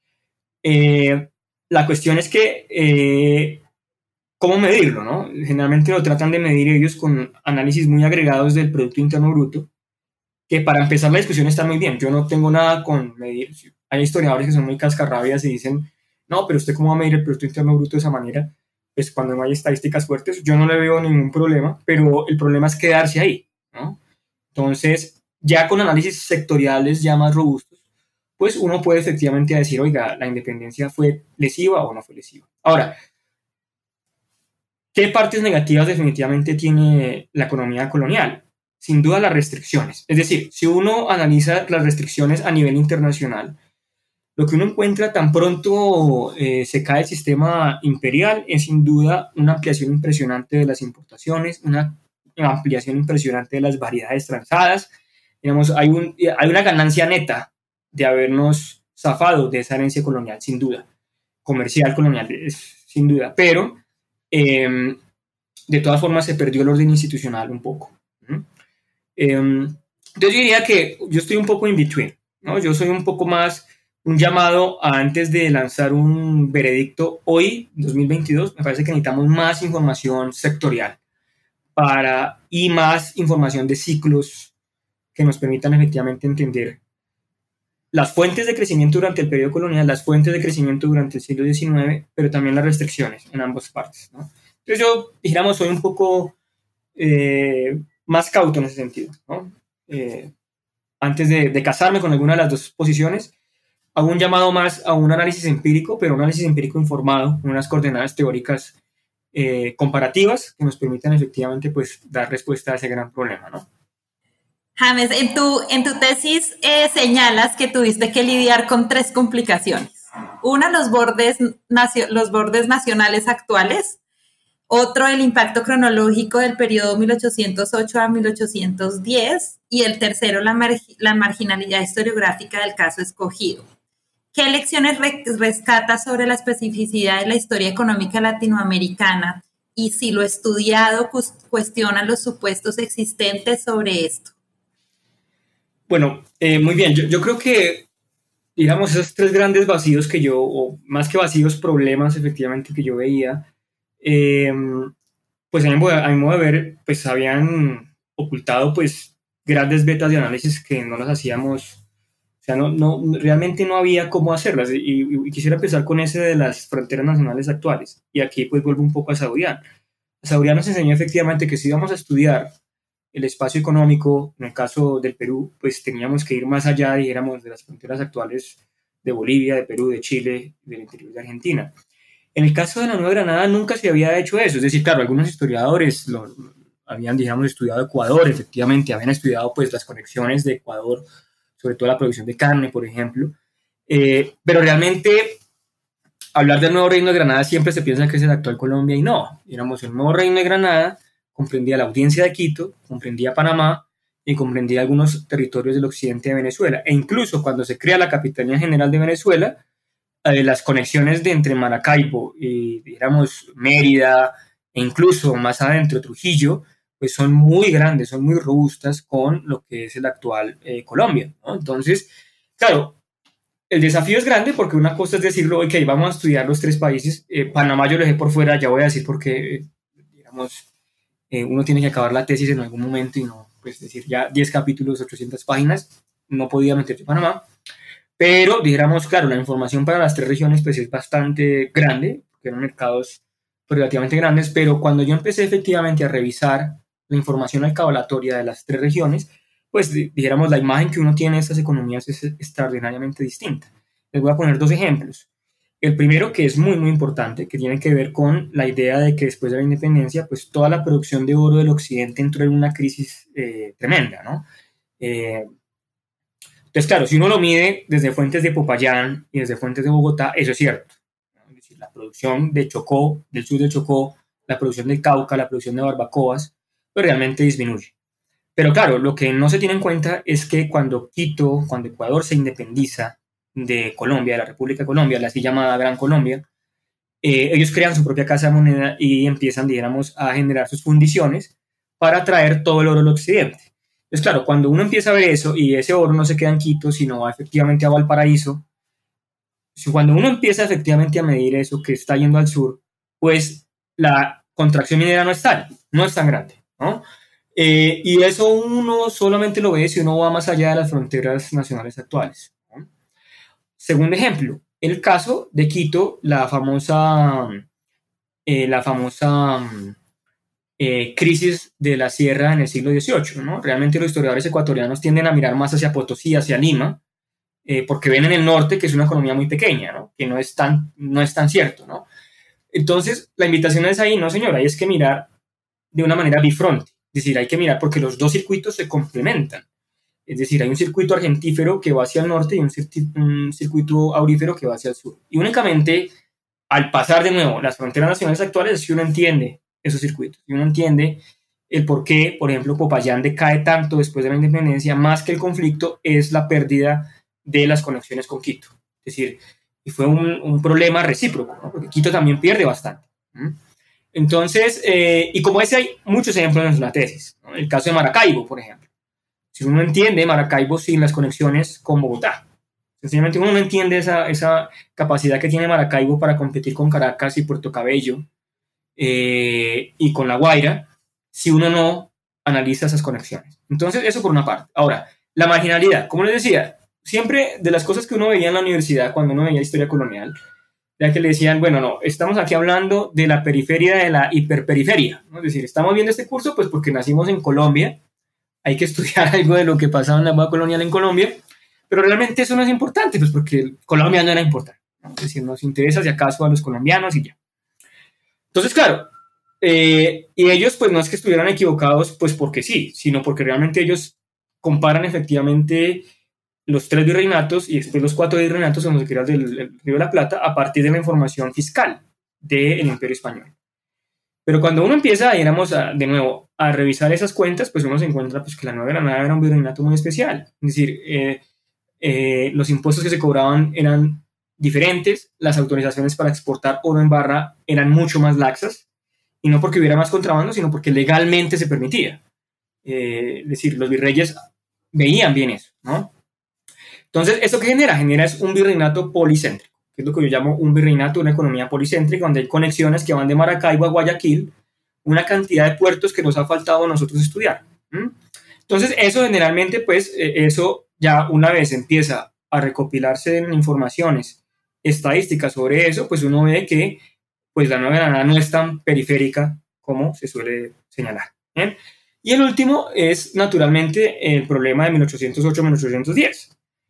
La cuestión es que, ¿cómo medirlo, no? Generalmente lo tratan de medir ellos con análisis muy agregados del Producto Interno Bruto, que para empezar la discusión está muy bien. Yo no tengo nada con medir. Hay historiadores que son muy cascarrabias y dicen, no, pero ¿usted cómo va a medir el Producto Interno Bruto de esa manera? Pues cuando no hay estadísticas fuertes, yo no le veo ningún problema, pero el problema es quedarse ahí, ¿no? Entonces, ya con análisis sectoriales ya más robustos, pues uno puede efectivamente decir, oiga, la independencia fue lesiva o no fue lesiva. Ahora, ¿qué partes negativas definitivamente tiene la economía colonial? Sin duda las restricciones. Es decir, si uno analiza las restricciones a nivel internacional, lo que uno encuentra tan pronto se cae el sistema imperial es sin duda una ampliación impresionante de las importaciones, una ampliación impresionante de las variedades transadas. Digamos, hay una ganancia neta de habernos zafado de esa herencia colonial, sin duda, comercial colonial, sin duda, pero de todas formas se perdió el orden institucional un poco. Entonces yo diría que yo estoy un poco in between, ¿no? Yo soy un poco más un llamado a, antes de lanzar un veredicto hoy, 2022, me parece que necesitamos más información sectorial y más información de ciclos que nos permitan efectivamente entender las fuentes de crecimiento durante el periodo colonial, las fuentes de crecimiento durante el siglo XIX, pero también las restricciones en ambas partes, ¿no? Entonces yo, digamos, soy un poco más cauto en ese sentido, ¿no? Antes de casarme con alguna de las dos posiciones, hago un llamado más a un análisis empírico, pero un análisis empírico informado, con unas coordenadas teóricas comparativas que nos permitan efectivamente pues, dar respuesta a ese gran problema, ¿no? James, en tu tesis señalas que tuviste que lidiar con 3 complicaciones. Una, los bordes nacionales actuales. Otro, el impacto cronológico del periodo 1808 a 1810. Y el tercero, la marginalidad historiográfica del caso escogido. ¿Qué lecciones rescata sobre la especificidad de la historia económica latinoamericana? Y si lo estudiado cuestiona los supuestos existentes sobre esto. Bueno, muy bien. Yo creo que, digamos, esos tres grandes vacíos que yo, o más que vacíos, problemas efectivamente que yo veía, pues a mi modo de ver, pues habían ocultado pues grandes betas de análisis que no las hacíamos, o sea, realmente no había cómo hacerlas. Y quisiera empezar con ese de las fronteras nacionales actuales. Y aquí pues vuelvo un poco a Saurian. Saurian nos enseñó efectivamente que si íbamos a estudiar el espacio económico, en el caso del Perú, pues teníamos que ir más allá, dijéramos, de las fronteras actuales de Bolivia, de Perú, de Chile, del interior de Argentina. En el caso de la Nueva Granada nunca se había hecho eso, es decir, claro, algunos historiadores habían, digamos, estudiado Ecuador, efectivamente, habían estudiado pues las conexiones de Ecuador, sobre todo la producción de carne, por ejemplo, pero realmente hablar del Nuevo Reino de Granada siempre se piensa que es el actual Colombia y no, digamos, el Nuevo Reino de Granada comprendía la audiencia de Quito, comprendía Panamá y comprendía algunos territorios del occidente de Venezuela. E incluso cuando se crea la Capitanía General de Venezuela, las conexiones de entre Maracaibo y, digamos, Mérida e incluso más adentro Trujillo, pues son muy grandes, son muy robustas con lo que es el actual Colombia, ¿no? Entonces, claro, el desafío es grande porque una cosa es decirlo, ok, vamos a estudiar los tres países. Panamá yo lo dejé por fuera, ya voy a decir porque, digamos, uno tiene que acabar la tesis en algún momento y no, pues decir ya 10 capítulos, 800 páginas, no podía meterse Panamá, pero dijéramos, claro, la información para las tres regiones pues es bastante grande, porque eran mercados relativamente grandes, pero cuando yo empecé efectivamente a revisar la información alcabalatoria de las tres regiones, pues dijéramos la imagen que uno tiene de estas economías es extraordinariamente distinta. Les voy a poner dos ejemplos. El primero, que es muy, muy importante, que tiene que ver con la idea de que después de la independencia, pues toda la producción de oro del occidente entró en una crisis tremenda, ¿no? Entonces, claro, si uno lo mide desde fuentes de Popayán y desde fuentes de Bogotá, eso es cierto, ¿no? Es decir, la producción de Chocó, del sur de Chocó, la producción del Cauca, la producción de barbacoas, pues realmente disminuye. Pero claro, lo que no se tiene en cuenta es que cuando Ecuador se independiza de Colombia, de la República de Colombia, la así llamada Gran Colombia, ellos crean su propia casa de moneda y empiezan, digamos, a generar sus fundiciones para traer todo el oro al occidente. Entonces, claro, cuando uno empieza a ver eso y ese oro no se queda en Quito, sino va efectivamente a Valparaíso, cuando uno empieza efectivamente a medir eso que está yendo al sur, pues la contracción minera no es tan grande, ¿no? Y eso uno solamente lo ve si uno va más allá de las fronteras nacionales actuales, ¿no? Segundo ejemplo, el caso de Quito, la famosa crisis de la sierra en el siglo XVIII, ¿no? Realmente los historiadores ecuatorianos tienden a mirar más hacia Potosí, hacia Lima, porque ven en el norte que es una economía muy pequeña, ¿no? Que no es tan cierto, ¿no? Entonces, la invitación es ahí, no señora, hay es que mirar de una manera bifronte, es decir, hay que mirar porque los dos circuitos se complementan. Es decir, hay un circuito argentífero que va hacia el norte y un circuito aurífero que va hacia el sur. Y únicamente al pasar de nuevo las fronteras nacionales actuales es que uno entiende esos circuitos. Y uno entiende el por qué, por ejemplo, Popayán decae tanto después de la independencia, más que el conflicto es la pérdida de las conexiones con Quito. Es decir, y fue un problema recíproco, ¿no? Porque Quito también pierde bastante. Entonces, y como ese hay muchos ejemplos en la tesis, ¿no? El caso de Maracaibo, por ejemplo. Si uno entiende Maracaibo sin las conexiones con Bogotá, sencillamente uno no entiende esa capacidad que tiene Maracaibo para competir con Caracas y Puerto Cabello y con La Guaira, si uno no analiza esas conexiones. Entonces, eso por una parte. Ahora, la marginalidad, como les decía, siempre de las cosas que uno veía en la universidad cuando uno veía historia colonial, ya que le decían, bueno, no, estamos aquí hablando de la periferia de la hiperperiferia, ¿no? Es decir, estamos viendo este curso pues porque nacimos en Colombia, hay que estudiar algo de lo que pasaba en la época colonial en Colombia, pero realmente eso no es importante, pues porque Colombia no era importante, ¿no? Es decir, nos interesa si acaso a los colombianos y ya. Entonces, claro, y ellos pues no es que estuvieran equivocados pues porque sí, sino porque realmente ellos comparan efectivamente los 3 virreinatos y después los 4 virreinatos en los que era del Río de la Plata a partir de la información fiscal del Imperio Español. Pero cuando uno empieza, digamos, de nuevo a revisar esas cuentas, pues uno se encuentra pues, que la Nueva Granada era un virreinato muy especial. Es decir, los impuestos que se cobraban eran diferentes, las autorizaciones para exportar oro en barra eran mucho más laxas, y no porque hubiera más contrabando, sino porque legalmente se permitía. Es decir, los virreyes veían bien eso, ¿no? Entonces, ¿eso qué genera? Genera es un virreinato policéntrico, que es lo que yo llamo un virreinato, una economía policéntrica, donde hay conexiones que van de Maracaibo a Guayaquil, una cantidad de puertos que nos ha faltado a nosotros estudiar. Entonces, eso generalmente, pues, eso ya una vez empieza a recopilarse en informaciones estadísticas sobre eso, pues uno ve que pues la Nueva Granada no es tan periférica como se suele señalar. ¿Bien? Y el último es, naturalmente, el problema de 1808-1810.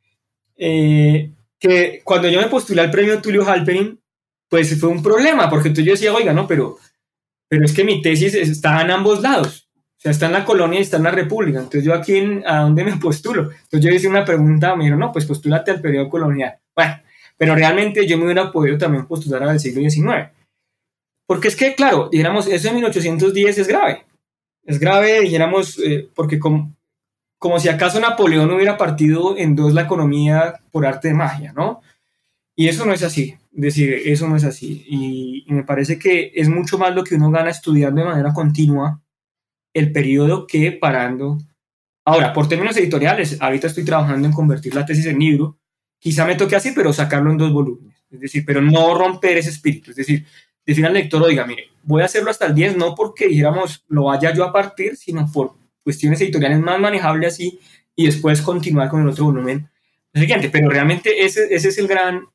Que cuando yo me postulé al premio Tulio Halperin, pues fue un problema, porque entonces yo decía, oiga, no, pero es que mi tesis está en ambos lados. O sea, está en la colonia y está en la república. Entonces yo aquí, ¿a dónde me postulo? Entonces yo hice una pregunta, me dijeron, no, pues postúlate al periodo colonial. Bueno, pero realmente yo me hubiera podido también postular al siglo XIX. Porque es que, claro, dijéramos, eso de 1810 es grave. Es grave, dijéramos, porque como si acaso Napoleón hubiera partido en dos la economía por arte de magia, ¿no? Y eso no es así. Es decir, eso no es así. Y me parece que es mucho más lo que uno gana estudiando de manera continua el periodo que parando. Ahora, por términos editoriales, ahorita estoy trabajando en convertir la tesis en libro. Quizá me toque así, pero sacarlo en 2 volúmenes. Es decir, pero no romper ese espíritu. Es decir, decir al lector, oiga, mire, voy a hacerlo hasta el 10, no porque, dijéramos, lo vaya yo a partir, sino por cuestiones editoriales más manejables así, y después continuar con el otro volumen siguiente. Pero realmente ese es el gran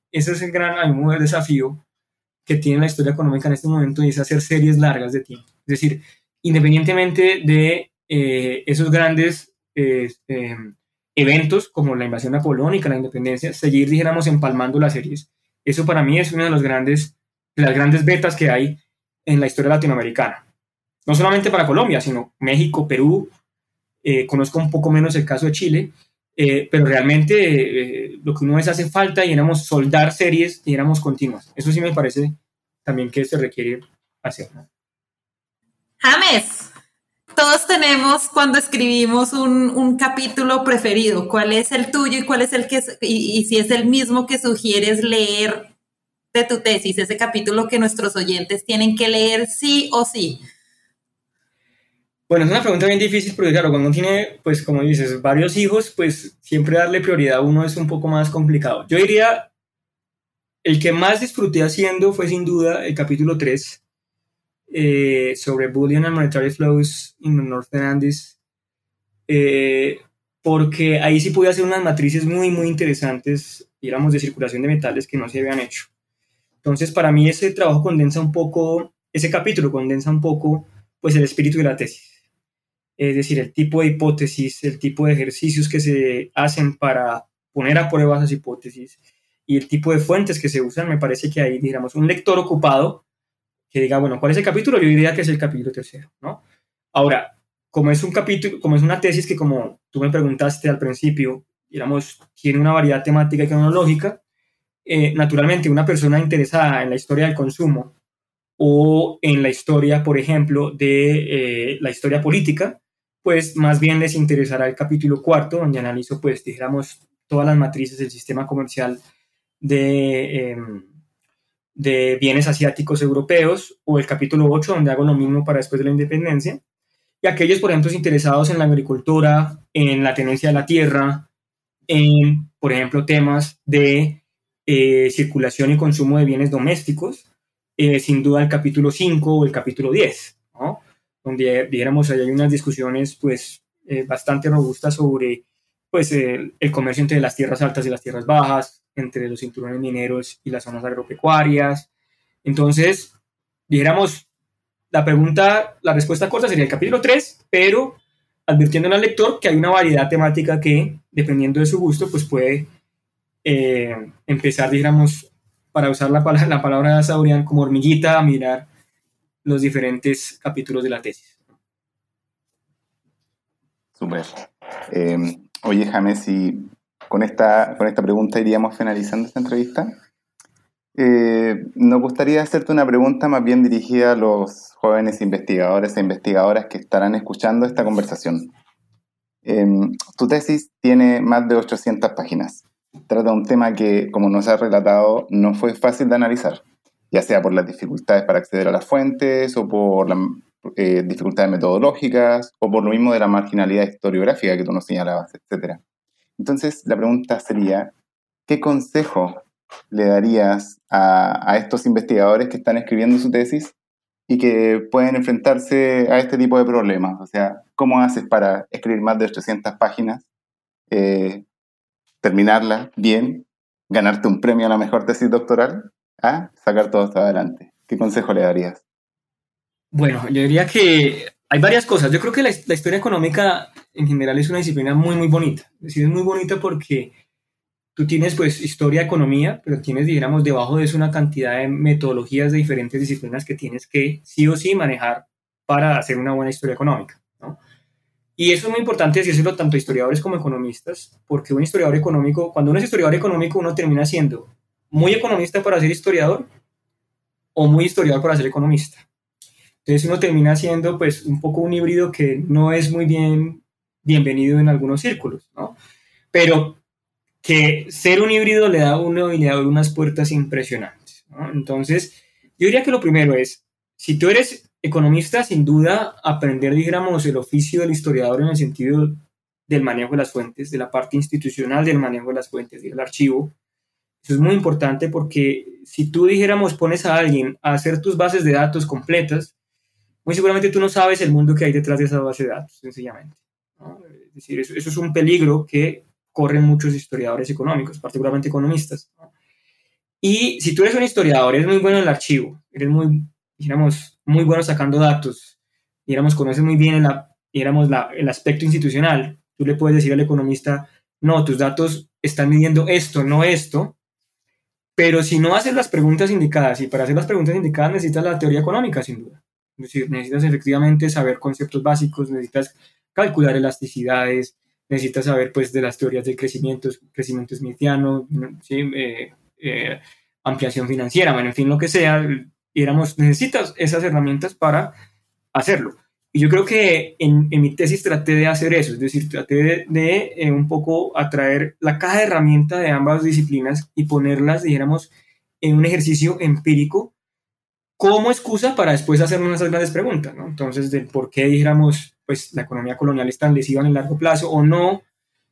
desafío que tiene la historia económica en este momento, y es hacer series largas de tiempo. Es decir, independientemente de esos grandes eventos como la invasión napoleónica, la independencia, seguir, dijéramos, empalmando las series. Eso para mí es una de las grandes betas que hay en la historia latinoamericana. No solamente para Colombia, sino México, Perú, conozco un poco menos el caso de Chile, pero realmente lo que uno es hace falta, digamos, soldar series, digamos, continuas. Eso sí me parece también que se requiere hacer, ¿no? James, todos tenemos cuando escribimos un capítulo preferido. ¿Cuál es el tuyo y cuál es el que, y si es el mismo que sugieres leer de tu tesis, ese capítulo que nuestros oyentes tienen que leer sí o sí? Bueno, es una pregunta bien difícil porque, claro, cuando uno tiene, pues, como dices, varios hijos, pues siempre darle prioridad a uno es un poco más complicado. Yo diría, el que más disfruté haciendo fue sin duda el capítulo 3, sobre Bullion and Monetary Flows in the Northern Andes, porque ahí sí pude hacer unas matrices muy, muy interesantes, digamos, de circulación de metales que no se habían hecho. Entonces, para mí ese trabajo condensa un poco, ese capítulo condensa un poco, pues, el espíritu de la tesis. Es decir, el tipo de hipótesis, el tipo de ejercicios que se hacen para poner a prueba esas hipótesis y el tipo de fuentes que se usan. Me parece que ahí, digamos, un lector ocupado que diga, bueno, ¿cuál es el capítulo? Yo diría que es el capítulo 3, ¿no? Ahora, como es un capítulo, como es una tesis que, como tú me preguntaste al principio, digamos, tiene una variedad temática y cronológica, naturalmente una persona interesada en la historia del consumo o en la historia, por ejemplo, de la historia política, pues más bien les interesará el capítulo 4, donde analizo, pues, dijéramos, todas las matrices del sistema comercial de bienes asiáticos europeos, o el capítulo 8, donde hago lo mismo para después de la independencia. Y aquellos, por ejemplo, interesados en la agricultura, en la tenencia de la tierra, en, por ejemplo, temas de circulación y consumo de bienes domésticos, sin duda el capítulo 5 o el capítulo 10, ¿no? Donde, dijéramos, hay unas discusiones, pues, bastante robustas sobre, pues, el comercio entre las tierras altas y las tierras bajas, entre los cinturones mineros y las zonas agropecuarias. Entonces, dijéramos, la respuesta corta sería el capítulo 3, pero advirtiendo al lector que hay una variedad temática que, dependiendo de su gusto, pues puede empezar, dijéramos, para usar la palabra de Saurian, como hormiguita a mirar los diferentes capítulos de la tesis. Súper. Oye, James, y con esta pregunta iríamos finalizando esta entrevista. Nos gustaría hacerte una pregunta más bien dirigida a los jóvenes investigadores e investigadoras que estarán escuchando esta conversación. Tu tesis tiene más de 800 páginas. Trata un tema que, como nos has relatado, no fue fácil de analizar, ya sea por las dificultades para acceder a las fuentes o por dificultades metodológicas o por lo mismo de la marginalidad historiográfica que tú nos señalabas, etc. Entonces, la pregunta sería, ¿qué consejo le darías a estos investigadores que están escribiendo su tesis y que pueden enfrentarse a este tipo de problemas? O sea, ¿cómo haces para escribir más de 800 páginas, terminarla bien, ganarte un premio a la mejor tesis doctoral, a sacar todo esto adelante? ¿Qué consejo le darías? Bueno, yo diría que hay varias cosas. Yo creo que la historia económica en general es una disciplina muy, muy bonita. Es decir, es muy bonita porque tú tienes pues historia, economía, pero tienes, dijéramos, debajo de eso una cantidad de metodologías de diferentes disciplinas que tienes que sí o sí manejar para hacer una buena historia económica, ¿no? Y eso es muy importante decírselo tanto a historiadores como economistas, porque un historiador económico, cuando uno es historiador económico, uno termina siendo muy economista para ser historiador o muy historiador para ser economista. Entonces uno termina siendo pues un poco un híbrido que no es muy bienvenido en algunos círculos, ¿no? Pero que ser un híbrido le da a uno y le abre unas puertas impresionantes, ¿no? Entonces, yo diría que lo primero es, si tú eres economista, sin duda, aprender, dijéramos, el oficio del historiador en el sentido del manejo de las fuentes, de la parte institucional del manejo de las fuentes, del archivo. Eso es muy importante porque si tú, dijéramos, pones a alguien a hacer tus bases de datos completas, muy seguramente tú no sabes el mundo que hay detrás de esa base de datos, sencillamente, ¿no? Es decir, eso es un peligro que corren muchos historiadores económicos, particularmente economistas, ¿no? Y si tú eres un historiador, eres muy bueno en el archivo, eres muy, digamos, muy bueno sacando datos, digamos, conoces muy bien el aspecto institucional, tú le puedes decir al economista, no, tus datos están midiendo esto, no esto, pero si no haces las preguntas indicadas, y para hacer las preguntas indicadas necesitas la teoría económica, sin duda. Es decir, necesitas efectivamente saber conceptos básicos, necesitas calcular elasticidades, necesitas saber pues de las teorías del crecimiento smithiano, ¿sí? Ampliación financiera, bueno, en fin, lo que sea, necesitas esas herramientas para hacerlo. Y yo creo que en mi tesis traté de hacer eso, es decir, traté de un poco atraer la caja de herramientas de ambas disciplinas y ponerlas, dijéramos, en un ejercicio empírico como excusa para después hacernos esas grandes preguntas, ¿no? Entonces, del por qué, dijéramos, pues la economía colonial es tan lesiva en el largo plazo o no,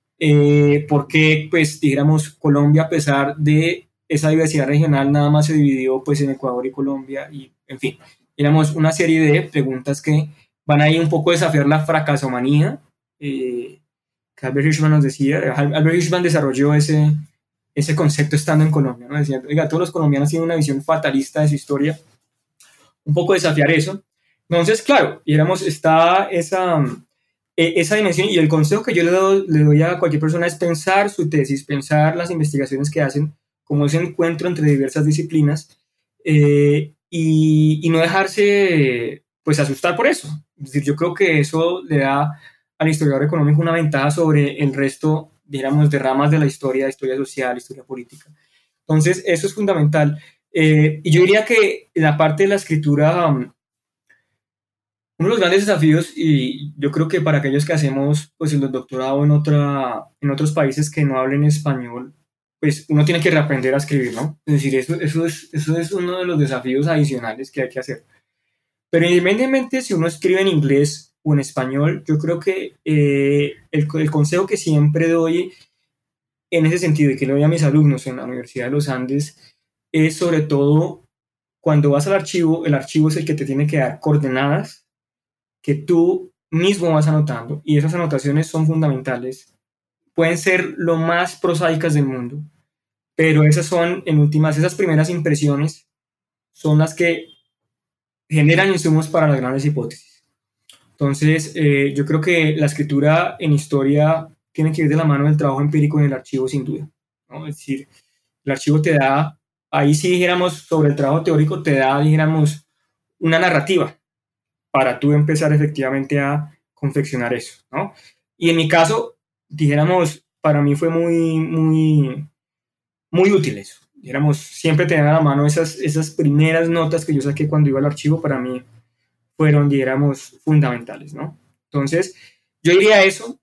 por qué, pues, dijéramos, Colombia, a pesar de esa diversidad regional, nada más se dividió, pues, en Ecuador y Colombia, y, en fin, digamos, una serie de preguntas que van ahí un poco a desafiar la fracasomanía, que Albert Hirschman nos decía. Albert Hirschman desarrolló ese concepto estando en Colombia, ¿no? Decía, oiga, todos los colombianos tienen una visión fatalista de su historia, un poco desafiar eso. Entonces, claro, está esa dimensión, y el consejo que yo le doy a cualquier persona es pensar su tesis, pensar las investigaciones que hacen, como ese encuentro entre diversas disciplinas, y no dejarse pues asustar por eso. Es decir, yo creo que eso le da al historiador económico una ventaja sobre el resto, digamos, de ramas de la historia social, historia política. Entonces, eso es fundamental. Y yo diría que en la parte de la escritura, uno de los grandes desafíos, y yo creo que para aquellos que hacemos pues el doctorado en otros países que no hablen español, pues uno tiene que reaprender a escribir, ¿no? Es decir, eso es uno de los desafíos adicionales que hay que hacer. Pero independientemente si uno escribe en inglés o en español, yo creo que el consejo que siempre doy en ese sentido, y que le doy a mis alumnos en la Universidad de los Andes, es sobre todo cuando vas al archivo, el archivo es el que te tiene que dar coordenadas que tú mismo vas anotando, y esas anotaciones son fundamentales. Pueden ser lo más prosaicas del mundo, pero esas son, en últimas, esas primeras impresiones son las que generan insumos para las grandes hipótesis. Entonces, yo creo que la escritura en historia tiene que ir de la mano del trabajo empírico en el archivo, sin duda, ¿no? Es decir, el archivo te da, ahí sí dijéramos, sobre el trabajo teórico, te da, dijéramos, una narrativa para tú empezar efectivamente a confeccionar eso, ¿no? Y en mi caso, dijéramos, para mí fue muy, muy, muy útil eso. Dijéramos, siempre tener a la mano esas primeras notas que yo saqué cuando iba al archivo, para mí fueron, dijéramos, fundamentales, ¿no? Entonces, yo diría eso,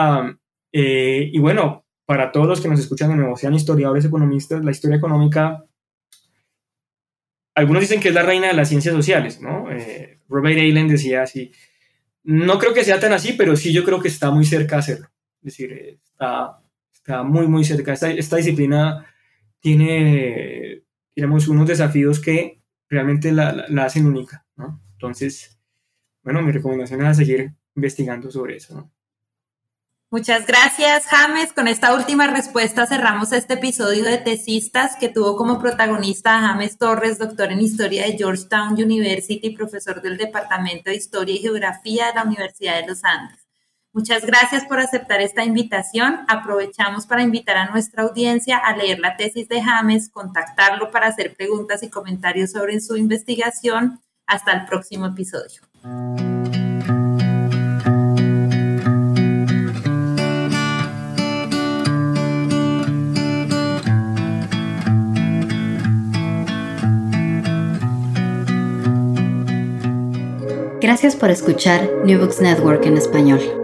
y bueno, para todos los que nos escuchan de nuevo, sean historiadores, economistas, la historia económica algunos dicen que es la reina de las ciencias sociales, ¿no? Robert Allen decía así, no creo que sea tan así, pero sí yo creo que está muy cerca de hacerlo. Es decir, está muy, muy cerca. Esta disciplina tiene, digamos, unos desafíos que realmente la hacen única, ¿no? Entonces, bueno, mi recomendación es seguir investigando sobre eso, ¿no? Muchas gracias, James. Con esta última respuesta cerramos este episodio de Tesistas, que tuvo como protagonista a James Torres, doctor en Historia de Georgetown University, profesor del Departamento de Historia y Geografía de la Universidad de los Andes. Muchas gracias por aceptar esta invitación. Aprovechamos para invitar a nuestra audiencia a leer la tesis de James, contactarlo para hacer preguntas y comentarios sobre su investigación. Hasta el próximo episodio. Gracias por escuchar New Books Network en español.